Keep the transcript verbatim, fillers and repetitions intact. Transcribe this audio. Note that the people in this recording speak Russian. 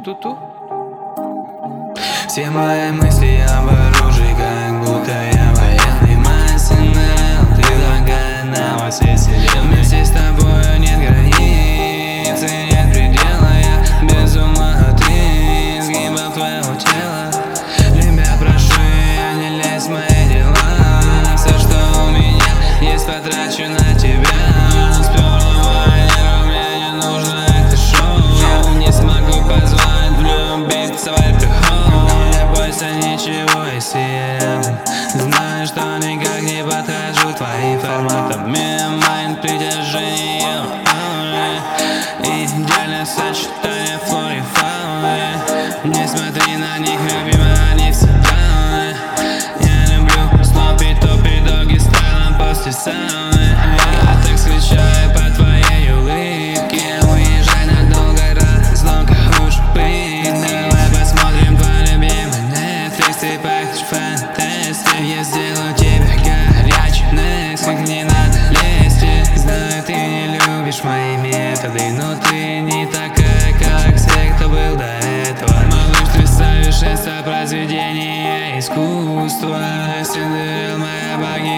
Ту-ту-ту. Все мои мысли об оружии, как будто я военный мастернел. Предлагая нам вас веселее. Вместе с тобою нет границ и нет предела. Я без ума от изгибов твоего тела. Любя, прошу, я не лезь в мои дела. Все, что у меня есть, потрачу на тебя. Ничего, если я знаю, что никак не подхожу твоим форматам. Майн притяжением. Идеальное сочетание флоры и фауны. Не смотри на них, любимая, они все травмы. Я люблю снопи, топи, доги стайлом после сауны. Я так скучаю по твоей улыбке. Уезжай надолго, разлука уж быть. Давай посмотрим твой любимый Netflix. Ты пахнешь фантастикой. Я сделаю тебя горячий Next. Как не надо лезть. Знаю, ты не любишь мои методы, но ты не такая, как все, кто был до этого. Малыш, ты совершенство, произведение искусства. Синдерелла, моя богиня.